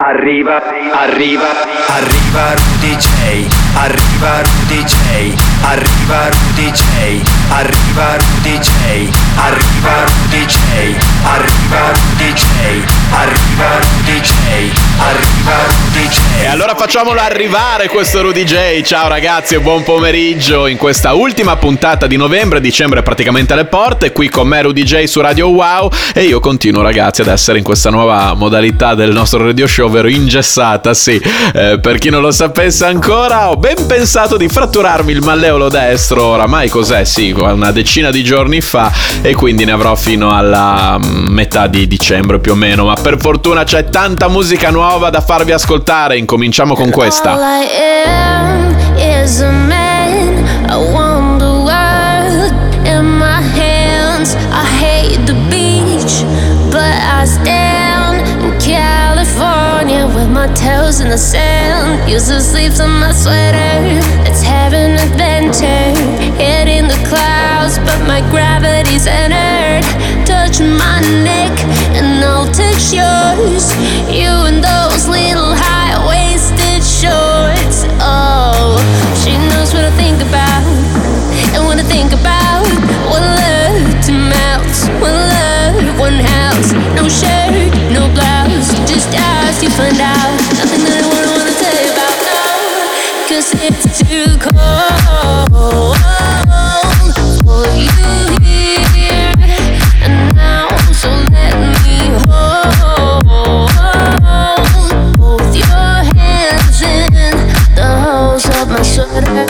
Arriva Rudy J, arriva Rudy J, arriva Rudy J, arriva Rudy J, arriva Rudy J, arriva Rudy J, arriva Rudy J, arriva Rudy J. E allora facciamolo arrivare questo Rudy J. Ciao ragazzi e buon pomeriggio in questa ultima puntata di novembre. Dicembre è praticamente alle porte, qui con me Rudy J su Radio Wow, e io continuo ragazzi ad essere in questa nuova modalità del nostro radio show, ovvero ingessata, sì. Per chi non lo sapesse ancora, ho ben pensato di fratturarmi il malleolo destro, oramai cos'è? Sì, una decina di giorni fa, e quindi ne avrò fino alla metà di dicembre più o meno, ma per fortuna c'è tanta musica nuova da farvi ascoltare. Incominciamo con questa. All I am is a man. I want the world in my hands. I hate the beach, but I stand in California with my toes in the sand. Use the sleeves of my sweater. Let's have an adventure. Head in the clouds, but my gravity's centered. Touch my neck and I'll touch yours. You and those little high-waisted shorts. Oh, she knows what I think about, and what I think about. One love to mouth, one love, one house. No shirt, no blouse, just as you find out. Nothing that I wanna tell you about, no, 'cause it's too cold for you here and now. So let me hold both your hands in the holes of my sweater.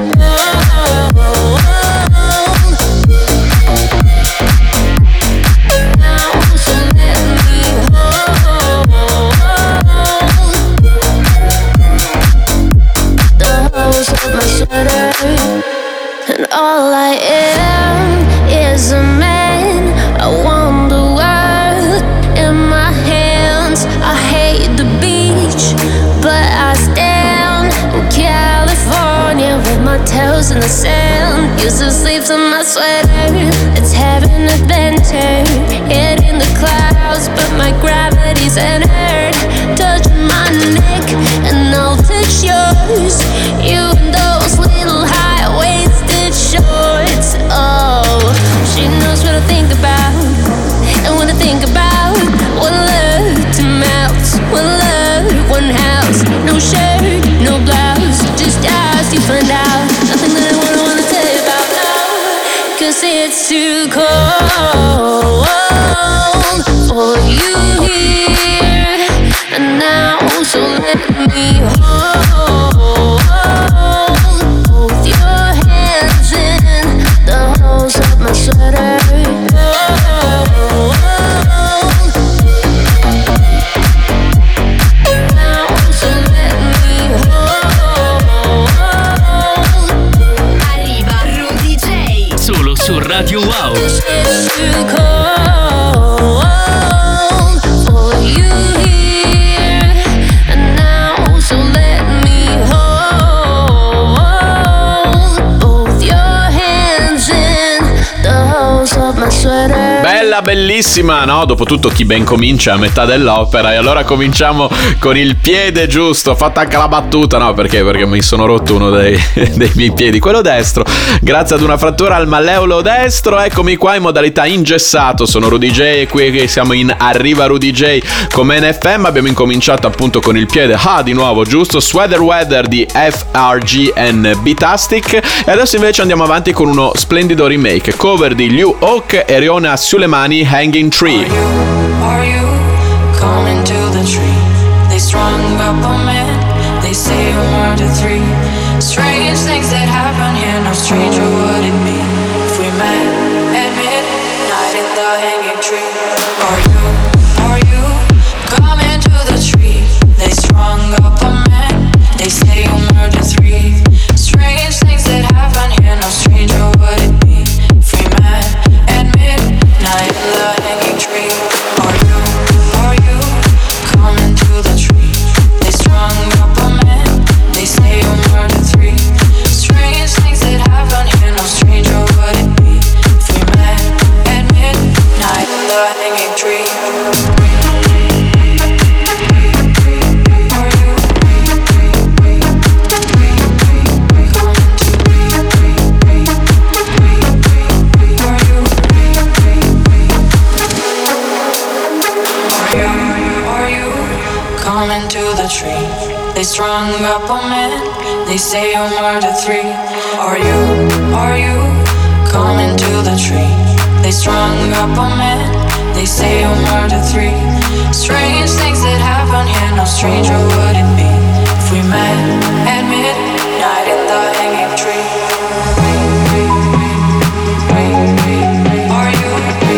Now, so let me hold the holes of my sweater. And all I am is a man. I want the world in my hands. I hate the beach, but I stand in California with my toes in the sand. Use the sleeves of my sweater. Let's have an adventure. Head in the clouds, but my gravity's centered. Touch my neck and I'll touch yours. You and those little high-waisted shorts. Oh, she knows what I think about, and what I think about. One love to mouth, one love, one house. No shirt, no blouse, just as you find out. Nothing that I wanna tell you about, no, 'cause it's too cold for you here and now. So let me hold both your hands in the holes of my sweater. Now, so let me hold. Arriva Rudy J solo su Radio Wow. It's too cold for you here and now. So let me hold both your hands in the holes of my sweater. Bella, bellissima, no? Dopotutto chi ben comincia è a metà dell'opera, e allora cominciamo con il piede giusto. Fatta anche la battuta, no? Perché mi sono rotto uno dei miei piedi, quello destro, grazie ad una frattura al malleolo destro. Eccomi qua in modalità ingessato, sono Rudy J e qui che siamo in Arriva Rudy J come NFM. Abbiamo incominciato appunto con il piede, di nuovo giusto, Sweater Weather di FRG and Beatastic, e adesso invece andiamo avanti con uno splendido remake, cover di Liu Oak e Riona Sulemani, Hanging Tree. Are you coming to the tree? They strung up a man, they say a murder three. Strange things that happen here, no stranger would it be if we met at midnight in the hanging tree. Are you coming to the tree? They strung up a man, they say a murder three. Strange things that happen here, no stranger would it be if we met at midnight in the hanging tree. Are you coming to the tree? They strung up a man, they say a murder three. Strange things that happen here, no stranger would it be if we met at midnight in the hanging tree. coming to the tree. They strung up a man, they say you'll murder three. Are you coming to the tree? They strung up a man, they say you'll murder three. Strange things that happen here, no stranger would it be if we met at midnight in the hanging tree. Are you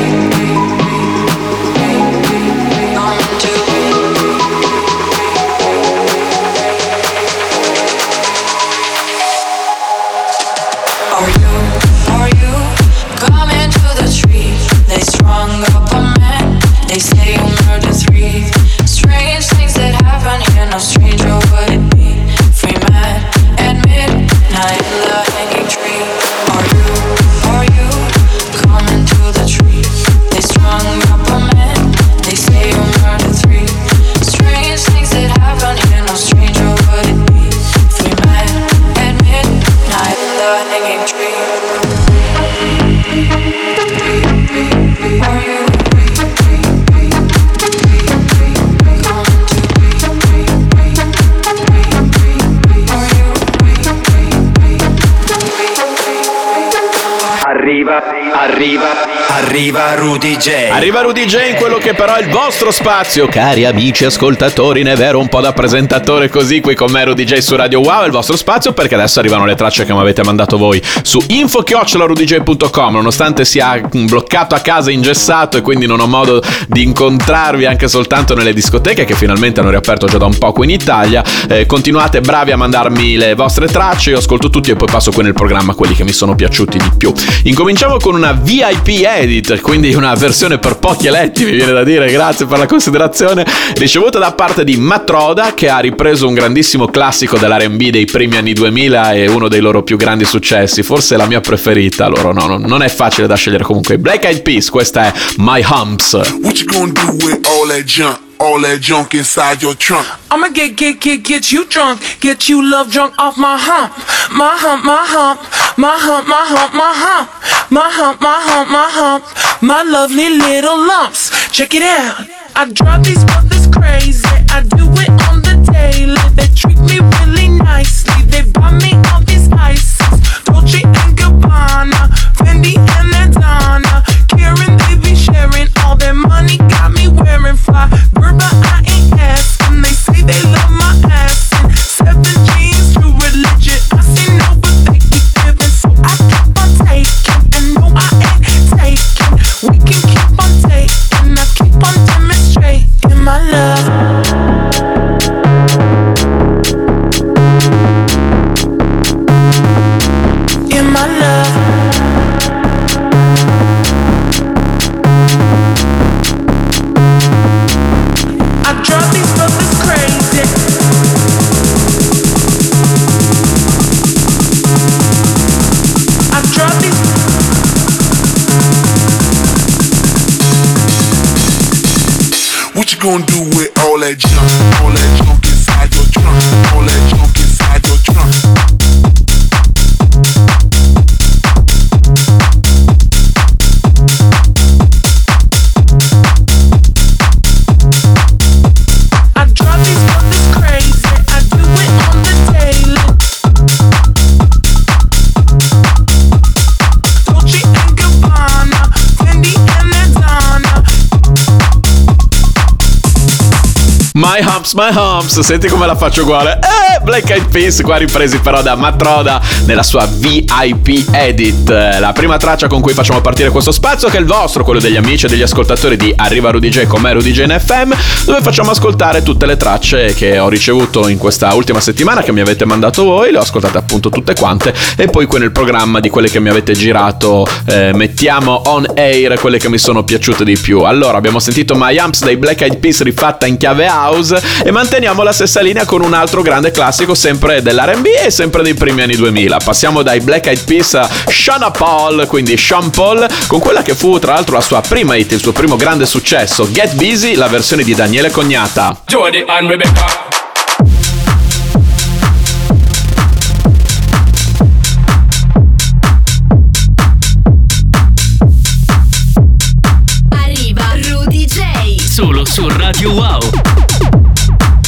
coming to Are you coming to the tree? They strung up a man, they say you'll murder three. Strange things that happen here, no stranger would it be if we met at midnight in the hanging tree. Are you coming to the tree? They strung up a man, they say you'll murder three. Strange things that happen here, no stranger would it be if we met at midnight in the hanging tree. Are you Arriva Rudy J. Arriva Rudy J in quello che però è il vostro spazio, cari amici ascoltatori. Ne è vero, un po' da presentatore così qui con me Rudy J su Radio Wow. È il vostro spazio perché adesso arrivano le tracce che mi avete mandato voi su info@rudj.com. Nonostante sia bloccato a casa, ingessato, e quindi non ho modo di incontrarvi anche soltanto nelle discoteche che finalmente hanno riaperto già da un po' qui in Italia, continuate bravi a mandarmi le vostre tracce. Io ascolto tutti e poi passo qui nel programma quelli che mi sono piaciuti di più. Incominciamo con una VIP edit, quindi una versione per pochi eletti, mi viene da dire, grazie per la considerazione, ricevuta da parte di Matroda, che ha ripreso un grandissimo classico dell'R&B dei primi anni 2000 e uno dei loro più grandi successi, forse la mia preferita loro. No, non è facile da scegliere. Comunque Black Eyed Peas, questa è My Humps. What you gonna do with all that junk? All that junk inside your trunk. I'ma get you drunk, get you love drunk off my hump, my hump, my hump, my hump, my hump, my hump, my hump, my hump, my hump, my lovely little lumps. Check it out. I drive these brothers crazy. I do it on the daily. They treat me really nicely. They buy me all these ices, Dolce and Gabbana, Fendi and Adana. Karen, they be sharing all their money. Got me wearing fly. But I ain't asking. They say they love my ass and 7 jeans, true religion. I say no, but they keep giving, so I keep on taking. And no, I ain't taking. We can keep on taking. I keep on demonstrating my love. In my love. Drive these brothers crazy. I drive these. What you gonna do with all that junk? All that junk inside your trunk. All that junk inside your trunk. My Humps, senti come la faccio uguale. Black Eyed Peas, qua ripresi però da Matroda nella sua VIP edit. La prima traccia con cui facciamo partire questo spazio, che è il vostro, quello degli amici e degli ascoltatori di Arriva Rudy J con me Rudy J in FM, dove facciamo ascoltare tutte le tracce che ho ricevuto in questa ultima settimana, che mi avete mandato voi. Le ho ascoltate appunto tutte quante e poi qui nel programma di quelle che mi avete girato mettiamo on air quelle che mi sono piaciute di più. Allora abbiamo sentito My Humps dai Black Eyed Peas rifatta in chiave house e manteniamo la stessa linea con un altro grande classico sempre dell'R&B e sempre dei primi anni 2000. Passiamo dai Black Eyed Peas a Sean Paul, quindi Sean Paul, con quella che fu tra l'altro la sua prima hit, il suo primo grande successo, Get Busy, la versione di Daniele Cognata. Jody and Rebecca. Arriva Rudy J solo su Radio Wow.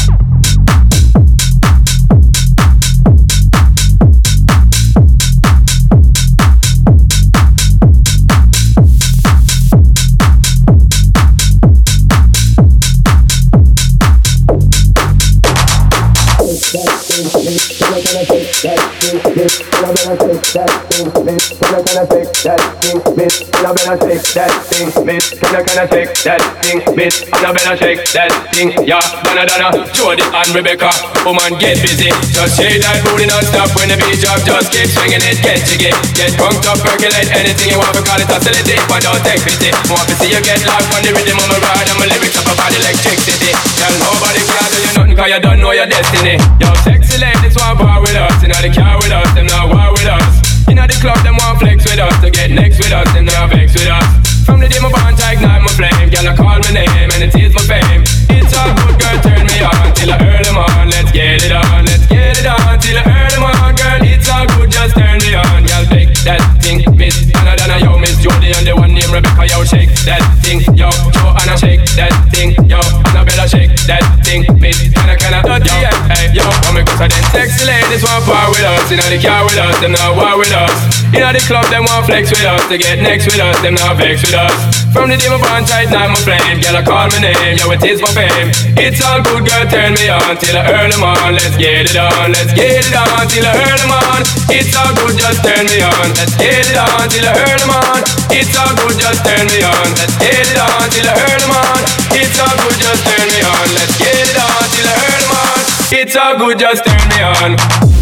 Jody and Rebecca, woman get busy. Just shake that booty non-stop when the beat drop. Just keep swinging it, get jiggy. Get pumped up, percolate anything you want to call it hostility. But don't take pity. Want to see you get lost on the rhythm of my ride. And my lyrics up about electricity. Tell nobody can do you nothing cause you don't know your destiny. Yo, sexy ladies want bar with us. Inna the car with us, them not war with us. Inna the club, them want flex with us. To get next with us, them not vex with us. From the day my bond to ignite my flame. Girl, I call my name and it is my fame. It's all good, girl, turn me on till I earn them on. Let's get it on, let's get it on till I earn them on. Girl, it's all good, just turn me on. Girl, take that thing, Miss Anna, yo, Miss Jody and the one named Rebecca, yo, shake that thing, yo, Joanna, shake that thing, yo, Annabella, shake that thing, Miss Anna, yo, hey, yo, come cause I then sexy ladies want part with us, inna the car with us, them not war with us, inna the club, them want flex with us, to get next with us, them not vex with us. From the day my bond tight, night my flame, girl, I call my name, yo, it is my fame. It's all good, girl, turn me on till I earn them on. Let's get it on, let's get it on till I earn them on. It's all good, just turn me on. Let's get it on till I earn them on. It's all good, just turn me on. Let's get it on till I earn them on. It's all good, just turn me on. Let's get it on till I earn them on. It's all good, just turn me on.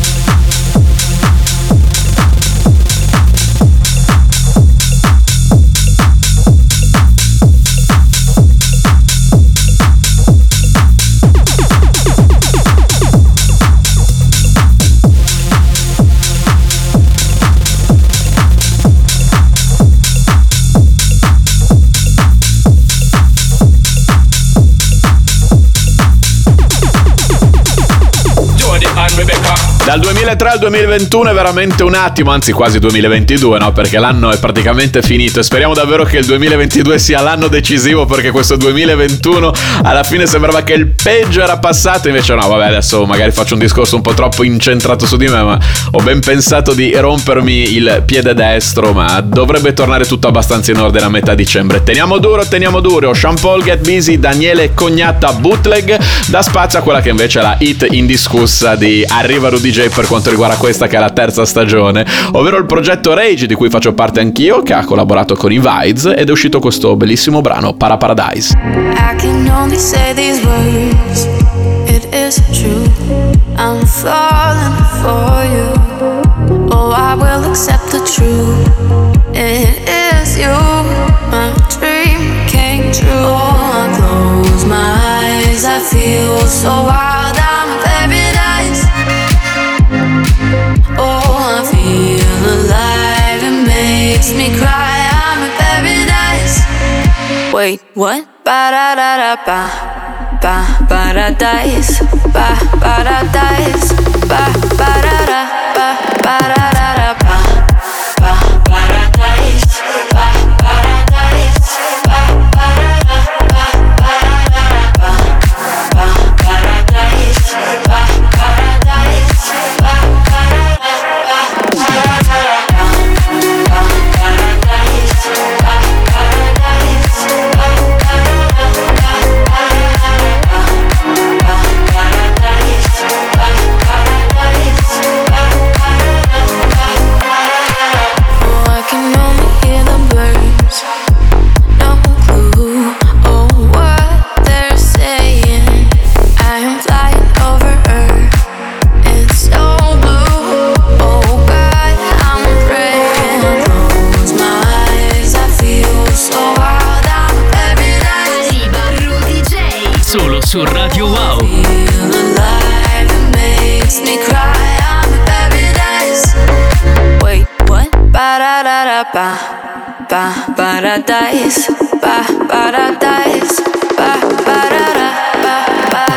Dal 2003 al 2021 è veramente un attimo, anzi quasi 2022, no? Perché l'anno è praticamente finito e speriamo davvero che il 2022 sia l'anno decisivo, perché questo 2021 alla fine sembrava che il peggio era passato, invece no, vabbè, adesso magari faccio un discorso un po' troppo incentrato su di me, ma ho ben pensato di rompermi il piede destro, ma dovrebbe tornare tutto abbastanza in ordine a metà dicembre. Teniamo duro, Sean Paul, Get Busy, Daniele Cognatta, Bootleg, dà spazio a quella che invece è la hit indiscussa di Arriva Rudy J per quanto riguarda questa che è la terza stagione, ovvero il progetto Rage di cui faccio parte anch'io, che ha collaborato con i Vides, ed è uscito questo bellissimo brano, Paradise. I can only say these words, it is true, I'm falling for you, oh I will accept the truth, it is you, my dream came true, oh I close my eyes, I feel so wild, I'm in paradise. Oh, I feel alive, it makes me cry, I'm in paradise. Wait, what? Ba-da-da-da-ba, ba-paradise, ba-paradise, ba-ba-da-da, ba-ba-da-da-da-ba, ba-paradise, ba-paradise, ba-ba-da-da, ba-ba-da-da-ba, ba-paradise, ba-paradise, su Radio Wow. Wait, what? Ba-da-da-da-ba-paradise, ba-paradise, ba-ba-da-da-ba-ba-da-da.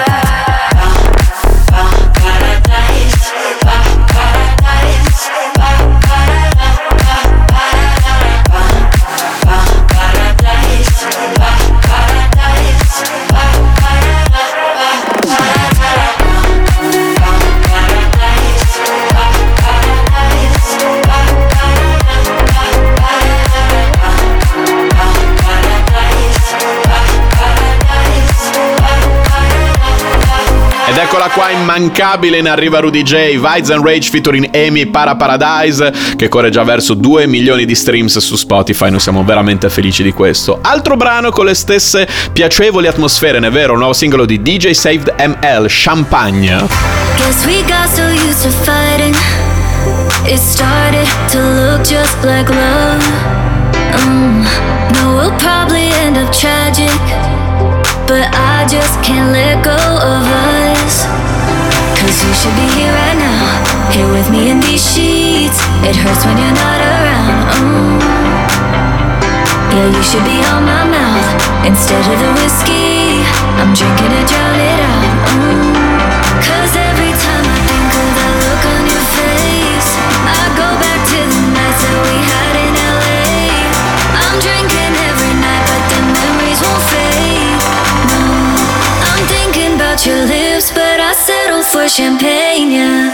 Ed eccola qua, immancabile, in arriva Rudy J, Vibes and Rage featuring Amy, Para Paradise, che corre già verso 2 milioni di streams su Spotify. Noi siamo veramente felici di questo. Altro brano con le stesse piacevoli atmosfere, ne è vero, il nuovo singolo di DJ Saved ML, Champagne. Guess we got so used to fighting, it started to look just like love. No, we'll probably end up tragic, but I just can't let go of us. Cause you should be here right now, here with me in these sheets. It hurts when you're not around. Yeah, you should be on my mouth instead of the whiskey. I'm drinking to drown it out. Cause every time I think of that look on your face, I go back to the nights that we had in LA. I'm drinking every night, but the memories won't fade. No, I'm thinking about your lips, but I settle for champagne, yeah.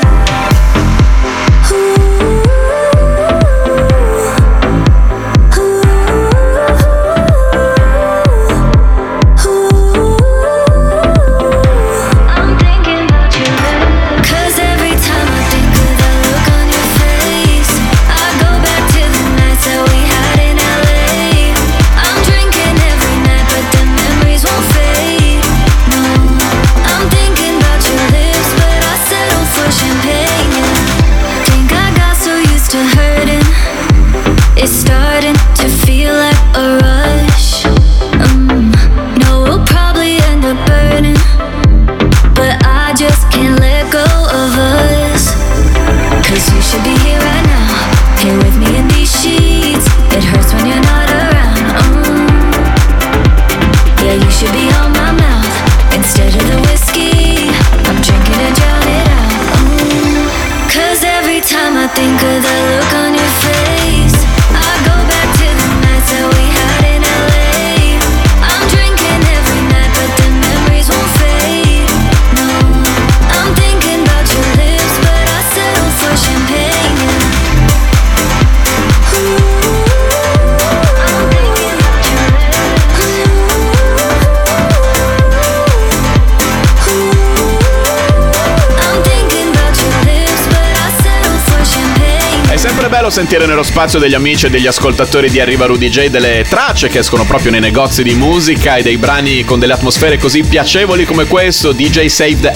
Sentire nello spazio degli amici e degli ascoltatori di Arriva Rudy J delle tracce che escono proprio nei negozi di musica e dei brani con delle atmosfere così piacevoli come questo. DJ Saved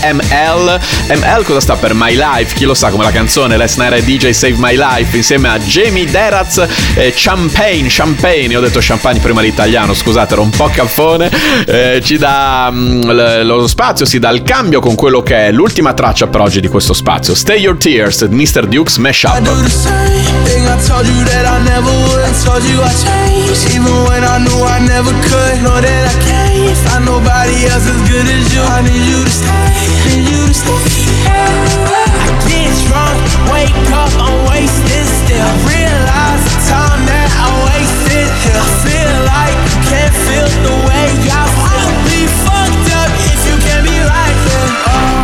ML cosa sta per My Life? Chi lo sa, come la canzone Last Night I DJ Saved My Life insieme a Jamie Deraz e Champagne. Io ho detto champagne prima l'italiano, scusate, ero un po' caffone. Ci dà lo spazio, si dà il cambio con quello che è l'ultima traccia per oggi di questo spazio, Stay Your Tears, Mr. Dukes Mashup. I told you that I never would. I told you I changed, even when I knew I never could. Know that I can't find nobody else as good as you. I need you to stay, need you to stay. I get drunk, wake up, I'm wasted still. I realize the time that I wasted here. I feel like you can't feel the way I feel. I'll be fucked up if you can't be right here.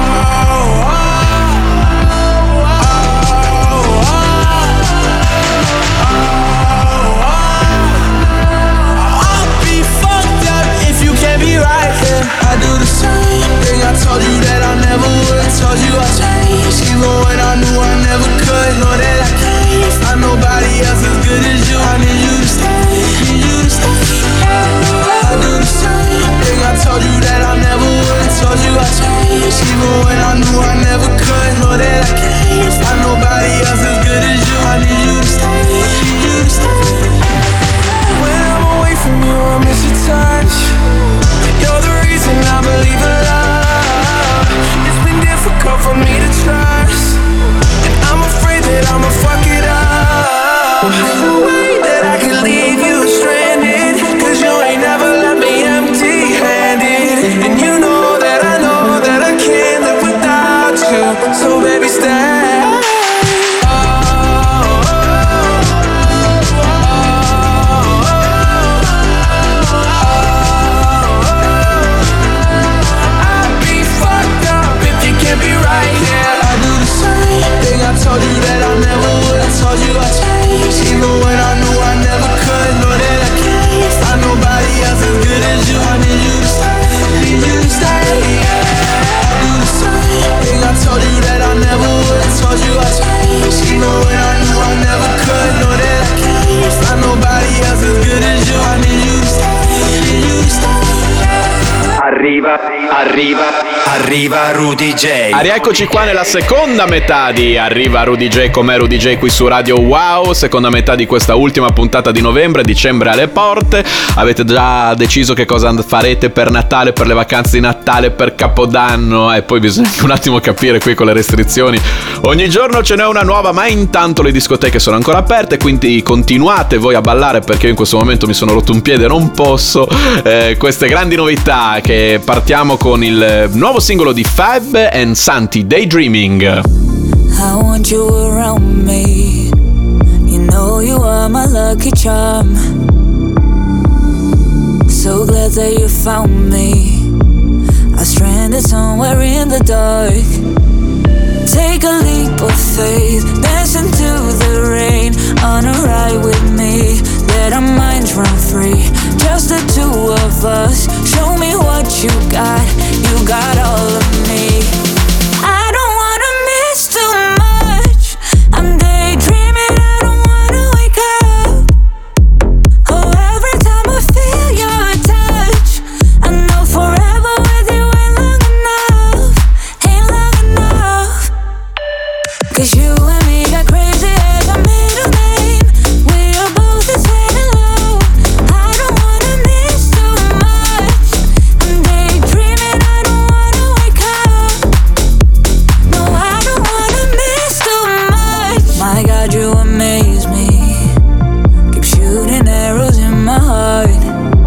I do the same thing, I told you that I never would. I told you I changed, even when I knew I never could. Know that I can't find nobody else as good as you. I need you to stay, need you to stay. I do the same thing, I told you that I never would. I told you I changed, even when I knew I never could. Know that I can't find nobody else as good as you. I need you to stay, need you to stay. When I'm away from you, I miss your touch. You're the reason I believe in love. It's been difficult for me to trust, and I'm afraid that I'ma fuck it up. There's no way that I can leave you stranded, cause you ain't never left me empty-handed. And you know that I can't live without you. So baby stay. I told you that I never would. I told you I changed, even when I knew I never could. Know that I can't find nobody else as good as you. I need you to stay, need you to stay. I do the same. Arriva Rudy J. Rieccoci qua nella seconda metà di Arriva Rudy J, con me Rudy J qui su Radio Wow. Seconda metà di questa ultima puntata di novembre, dicembre alle porte. Avete già deciso che cosa farete per Natale, per le vacanze di Natale, per Capodanno? E poi bisogna anche un attimo capire qui con le restrizioni. Ogni giorno ce n'è una nuova, ma intanto le discoteche sono ancora aperte, quindi continuate voi a ballare, perché io in questo momento mi sono rotto un piede e non posso. Queste grandi novità, che partiamo con il nuovo singolo di Fab and Santi, Daydreaming. I want you around me. You know you are my lucky charm. So glad that you found me. I stranded somewhere in the dark. Take a leap of faith, dance into the rain. On a ride with me, let our minds run free. Just the two of us, show me what you got all of me. I don't wanna miss too much, I'm daydreaming, I don't wanna wake up. Oh, every time I feel your touch, I know forever with you ain't long enough. 'Cause you and me got crazy as our middle name. We are both the same and low. I don't wanna miss too much, I'm daydreaming, I don't wanna wake up. No, I don't wanna miss too much. My God, you amaze me. Keep shooting arrows in my heart.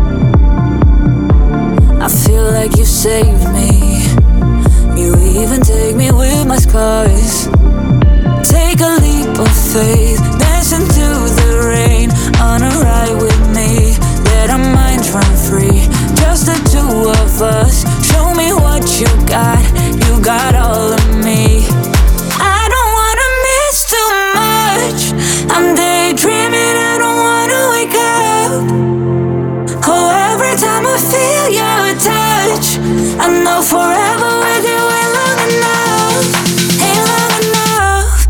I feel like you saved me. You even take me with my scars. Take a leap of faith, dance into the rain. On a ride with me, let our minds run free. Just the two of us, show me what you got all of me. I don't wanna miss too much, I'm daydreaming, I don't wanna wake up. Oh, every time I feel your touch, I know forever with you ain't long enough. Ain't long enough.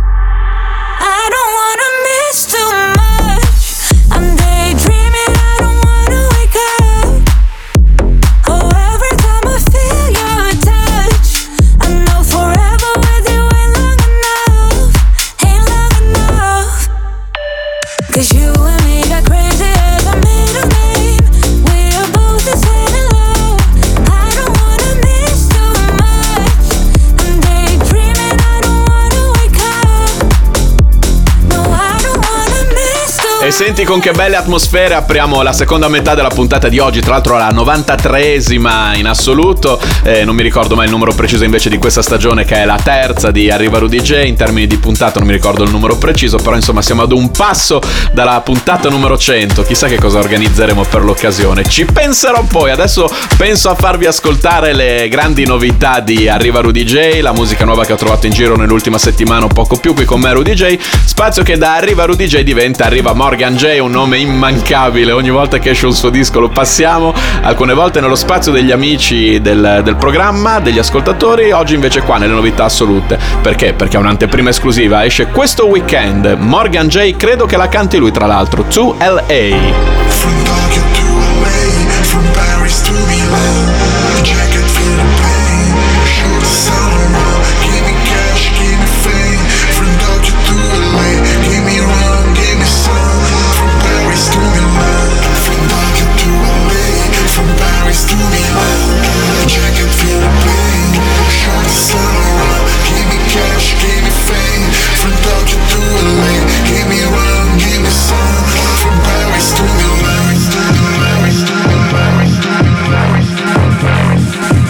I don't wanna miss too much, I'm daydreaming, I don't wanna wake up. Oh, every time I feel your touch, I know forever with you ain't long enough. Ain't long enough. 'Cause you and me got crazy as our middle name. We are both the same and low. I don't wanna miss too much, I'm daydreaming, I don't wanna wake up. No, I don't wanna miss too much. E senti con che belle atmosfere apriamo la seconda metà della puntata di oggi, tra l'altro la 93esima in assoluto. Non mi ricordo mai il numero preciso invece di questa stagione, che è la terza di Arriva Rudy J. In termini di puntata non mi ricordo il numero preciso, però insomma siamo ad un passo dalla puntata numero 100. Chissà che cosa organizzeremo per l'occasione, ci penserò poi. Adesso penso a farvi ascoltare le grandi novità di Arriva Rudy J, la musica nuova che ho trovato in giro nell'ultima settimana, un poco più qui con me Rudy J. Spazio che da Arriva Rudy J diventa Arriva Morgan J, un nome immancabile, ogni volta che esce un suo disco lo passiamo, alcune volte nello spazio degli amici del programma, degli ascoltatori, oggi invece qua nelle novità assolute. Perché? Perché è un'anteprima esclusiva, esce questo weekend, Morgan J, credo che la canti lui tra l'altro, To LA. From Tokyo to LA, from Paris to Milan, jacket feel the pain, show the sun around, give me cash, give me fame. From Tokyo to LA, give me run, give me sun. From Paris to Milan, from Tokyo to LA, from Paris to Milan, jacket feel the pain, show the sun around, give me cash, give me fame. From Tokyo to LA, give me run, give me sun. From Paris to Milan, Paris to Paris to Paris to Paris.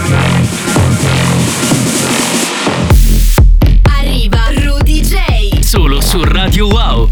Arriva Rudy J. Solo su Radio Wow.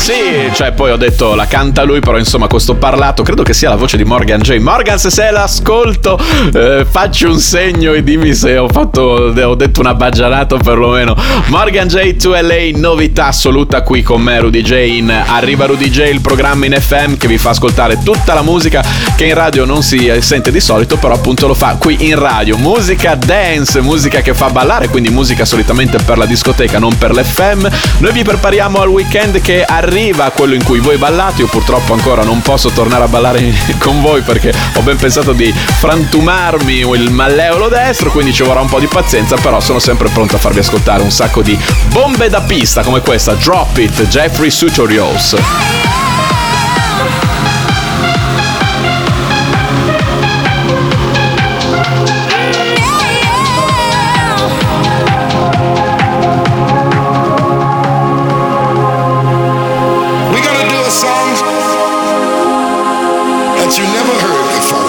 Sì, cioè poi ho detto la canta lui, però insomma questo parlato credo che sia la voce di Morgan J. Morgan, se sei all'ascolto, facci un segno e dimmi se ho detto una baggianata perlomeno. Morgan J to LA, novità assoluta qui con me Rudy J in Arriva Rudy J, il programma in FM che vi fa ascoltare tutta la musica che in radio non si sente di solito, però appunto lo fa qui in radio. Musica dance, musica che fa ballare, quindi musica solitamente per la discoteca, non per l'FM. Noi vi prepariamo al weekend che arriva, quello in cui voi ballate. Io purtroppo ancora non posso tornare a ballare con voi perché ho ben pensato di frantumarmi il malleolo destro, quindi ci vorrà un po' di pazienza, però sono sempre pronto a farvi ascoltare un sacco di bombe da pista come questa, Drop It, Jeffrey Sutorios. You never heard before.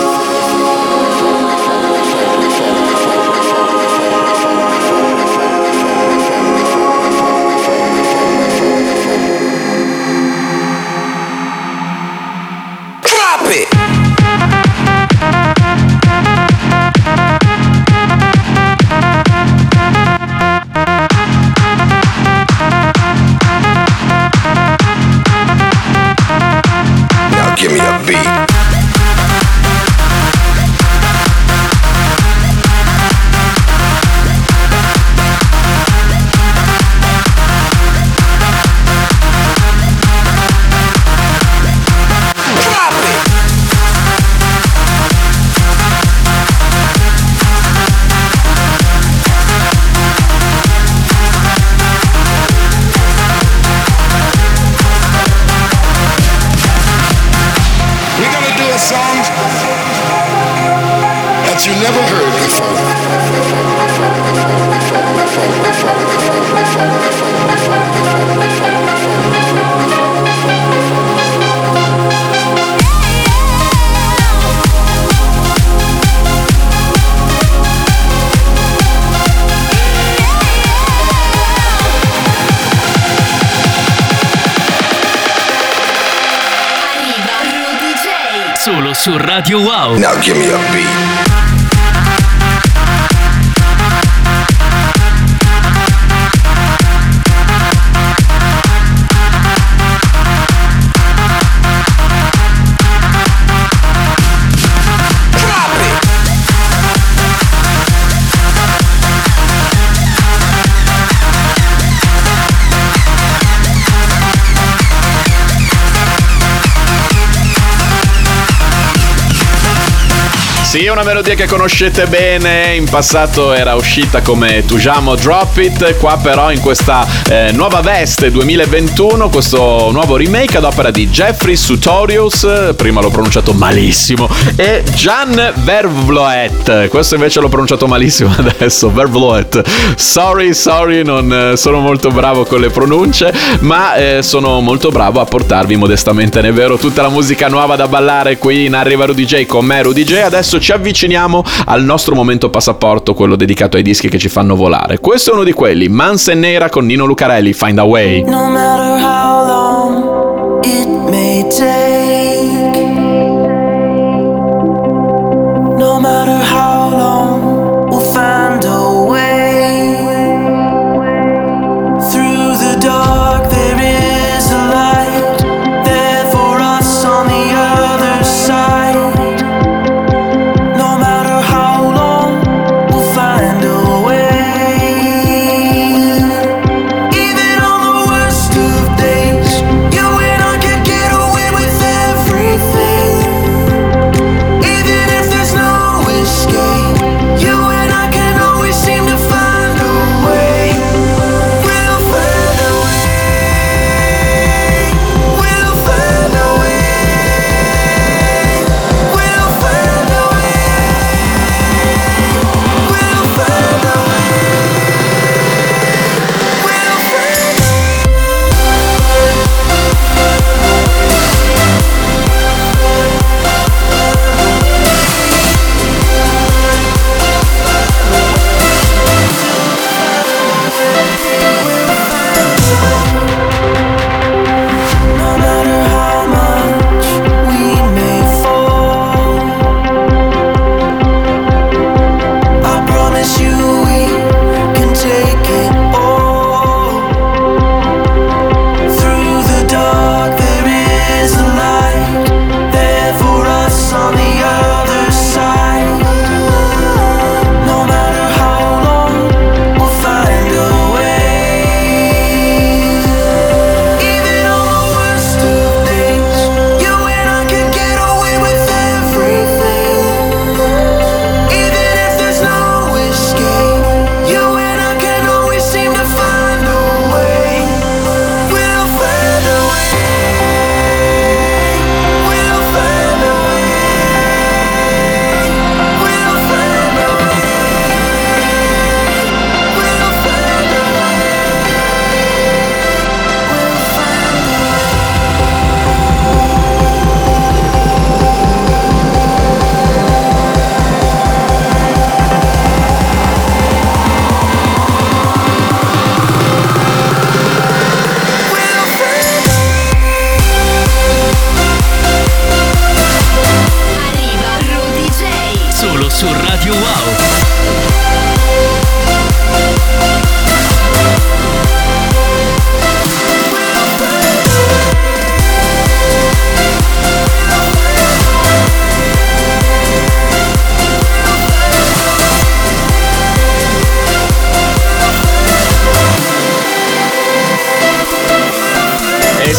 Drop it. Now give me a beat. Songs that you never heard before. Solo su Radio Wow. Now give me a beat. Sì, una melodia che conoscete bene, in passato era uscita come Tujamo Drop It, qua però in questa nuova veste 2021, questo nuovo remake ad opera di Jeffrey Sutorius, prima l'ho pronunciato malissimo, e Jan Vervloet, questo invece l'ho pronunciato malissimo adesso, Vervloet. Sorry, non sono molto bravo con le pronunce, ma sono molto bravo a portarvi modestamente, ne è vero, tutta la musica nuova da ballare qui in Arriva Rudy J con me Rudy J. Adesso ci avviciniamo al nostro momento passaporto, quello dedicato ai dischi che ci fanno volare. Questo è uno di quelli, Mans e Neira con Nino Lucarelli, Find a Way. No matter how long it may take, no matter how long we'll find a way. Through the dark there is a light, there for us on the other side. Even on the worst of days, you and I can get away with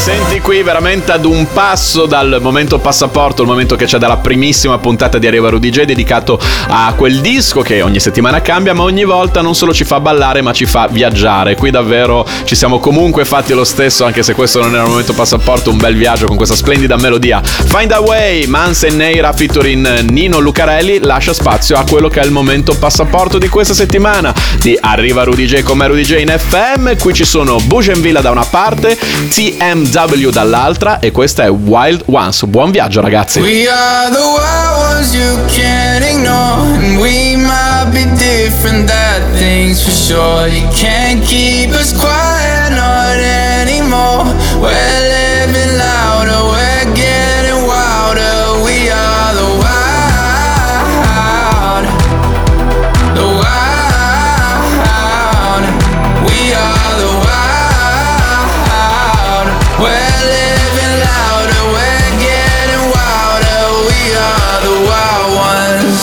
senti qui veramente ad un passo dal momento passaporto, il momento che c'è dalla primissima puntata di Arriva Rudy J, dedicato a quel disco che ogni settimana cambia, ma ogni volta non solo ci fa ballare ma ci fa viaggiare. Qui davvero ci siamo comunque fatti lo stesso, anche se questo non era il momento passaporto, un bel viaggio con questa splendida melodia. Find a Way, Mans e Neira featuring Nino Lucarelli, lascia spazio a quello che è il momento passaporto di questa settimana di Arriva Rudy J con me Rudy J in FM. Qui ci sono Bougainville da una parte, TMW dall'altra, e questa è Wild Ones. Buon viaggio ragazzi. We are the wild ones you can't ignore, and we might be different, that thing's for sure. You can't keep us quiet, not anymore. We're living louder, we're getting wilder. We are the wild, the wild. We are the wild. We're living louder, we're getting wilder. We are the wild ones.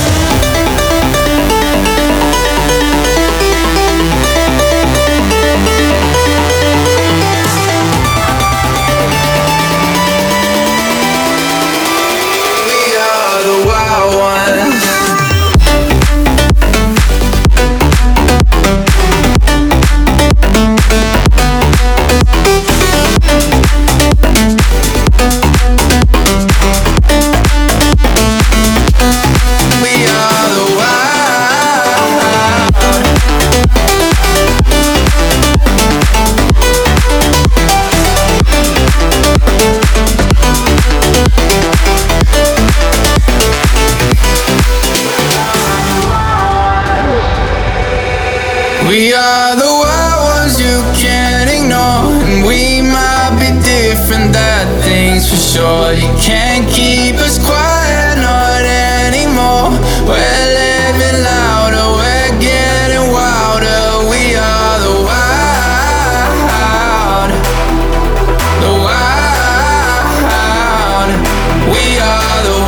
We are the wild ones you can't ignore, and we might be different, that thing's for sure. You can't keep us quiet, not anymore. We're living louder, we're getting wilder. We are the wild, the wild. We are the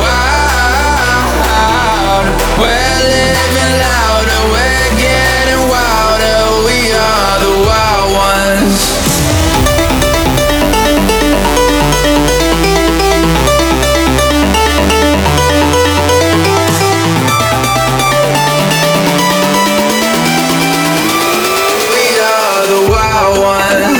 wild. We're living louder, we're getting wilder. We are the wild ones. We are the wild ones.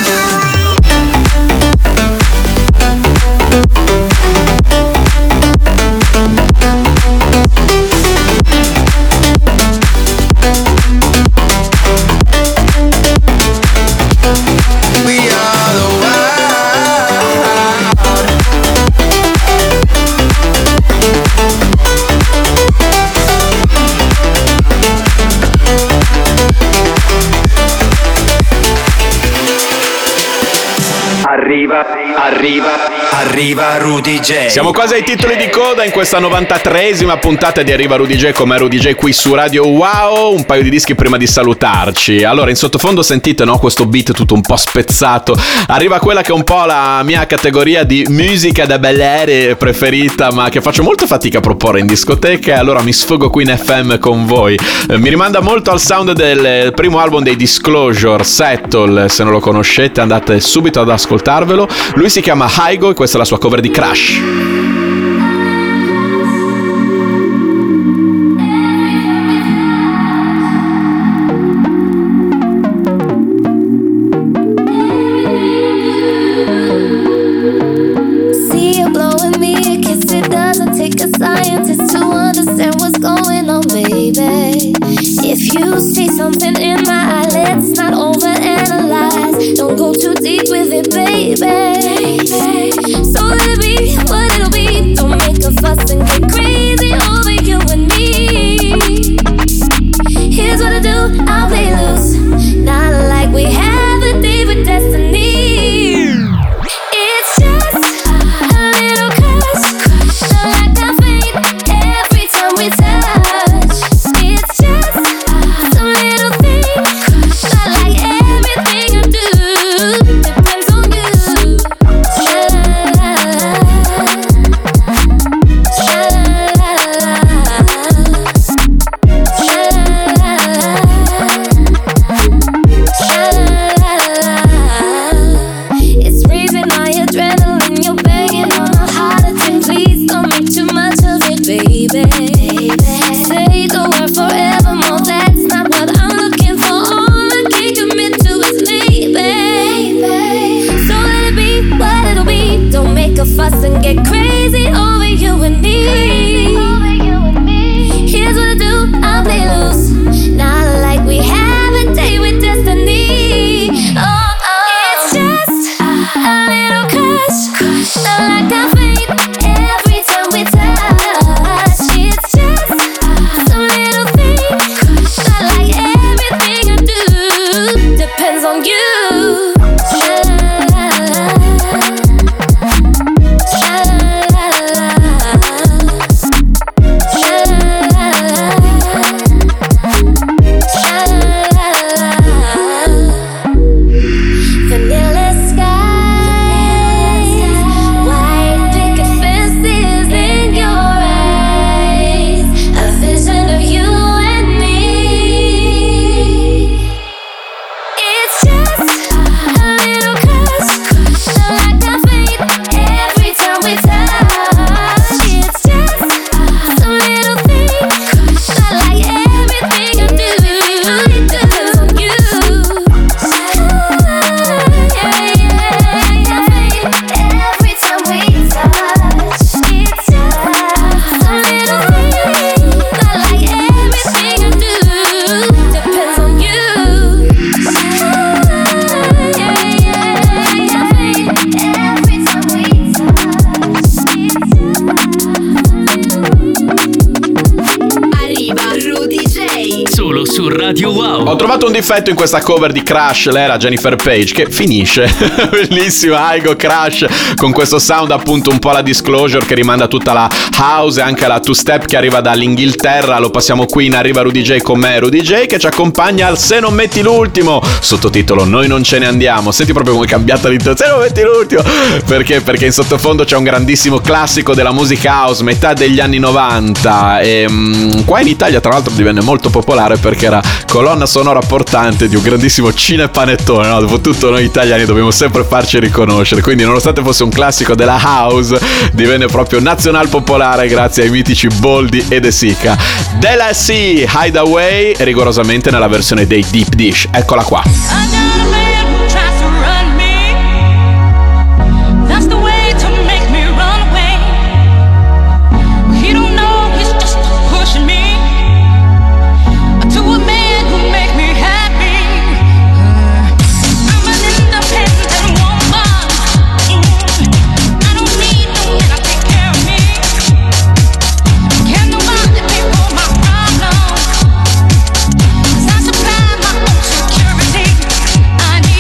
We are the Arriva Rudy J. Siamo quasi ai titoli di coda in questa 93esima puntata di Arriva Rudy J come Rudy J qui su Radio Wow. Un paio di dischi prima di salutarci. Allora, in sottofondo sentite, no, questo beat tutto un po' spezzato. Arriva quella che è un po' la mia categoria di musica da ballare preferita, ma che faccio molto fatica a proporre in discoteca, allora mi sfogo qui in FM con voi. Mi rimanda molto al sound del primo album dei Disclosure, Settle. Se non lo conoscete andate subito ad ascoltarvelo. Lui si chiama Hygo e questa è la sua cover di Crash. See you blowing me a kiss, it doesn't take a scientist to understand what's going on, baby. If you see something in my eye, let's not overanalyze. Don't go too deep with it, baby. So let it be what it'll be. Don't make a fuss and get crazy over you and me. Here's what I do, I'll play loose. Not like we have a date with destiny. It's just a little crush, like caffeine every time we touch. It's just some little thing, but like everything I do. fuss and get crazy over you and me. Here's what I do, I'll play loose. Not like we have a date with destiny. Oh, it's just a little crush, not like caffeine every time we touch. It's just some little thing, not like everything I do depends on you. Vanilla skies, white picket fences in your eyes, a vision of you and me. It's just a little crush, not like caffeine every time we touch. It's just some little thing, not like everything I do depends on you. Every time we touch, it's just a little thing, not like everything I do depends on you. Every time we Arriva Rudy J. Solo su Radio Wow. Ho trovato un difetto in questa cover di Crash, l'era Jennifer Page, che finisce. Bellissima, I Go Crash, con questo sound appunto un po' alla Disclosure, che rimanda tutta la house e anche la two-step che arriva dall'Inghilterra. Lo passiamo qui in Arriva Rudy J con me, Rudy J, che ci accompagna al Se non metti l'ultimo, sottotitolo Noi non ce ne andiamo. Senti proprio come è cambiata l'intro, Se non metti l'ultimo. Perché? Perché in sottofondo c'è un grandissimo classico della musica house, metà degli anni 90. E qua in Italia tra l'altro divenne molto popolare perché era colonna sonora portante di un grandissimo cinepanettone, no? Dopotutto noi italiani dobbiamo sempre farci riconoscere, quindi nonostante fosse un classico della house divenne proprio nazional popolare grazie ai mitici Boldy e De Sica. Della Sea, Hideaway, rigorosamente nella versione dei Deep Dish. Eccola qua. I need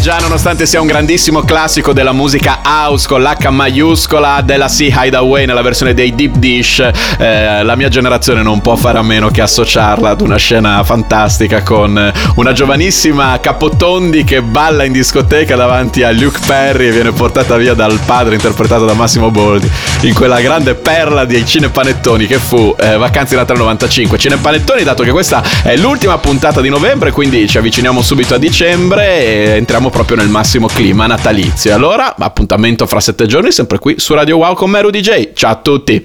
già, nonostante sia un grandissimo classico della musica house con l'H maiuscola della Sea Hideaway nella versione dei Deep Dish, la mia generazione non può fare a meno che associarla ad una scena fantastica con una giovanissima Capotondi che balla in discoteca davanti a Luke Perry e viene portata via dal padre interpretato da Massimo Boldi in quella grande perla dei cinepanettoni che fu Vacanze di Natale 95. Cinepanettoni, dato che questa è l'ultima puntata di novembre, quindi ci avviciniamo subito a dicembre e entriamo proprio nel massimo clima natalizio. Allora, appuntamento fra 7 giorni sempre qui su Radio Wow con me, Rudy J. Ciao a tutti.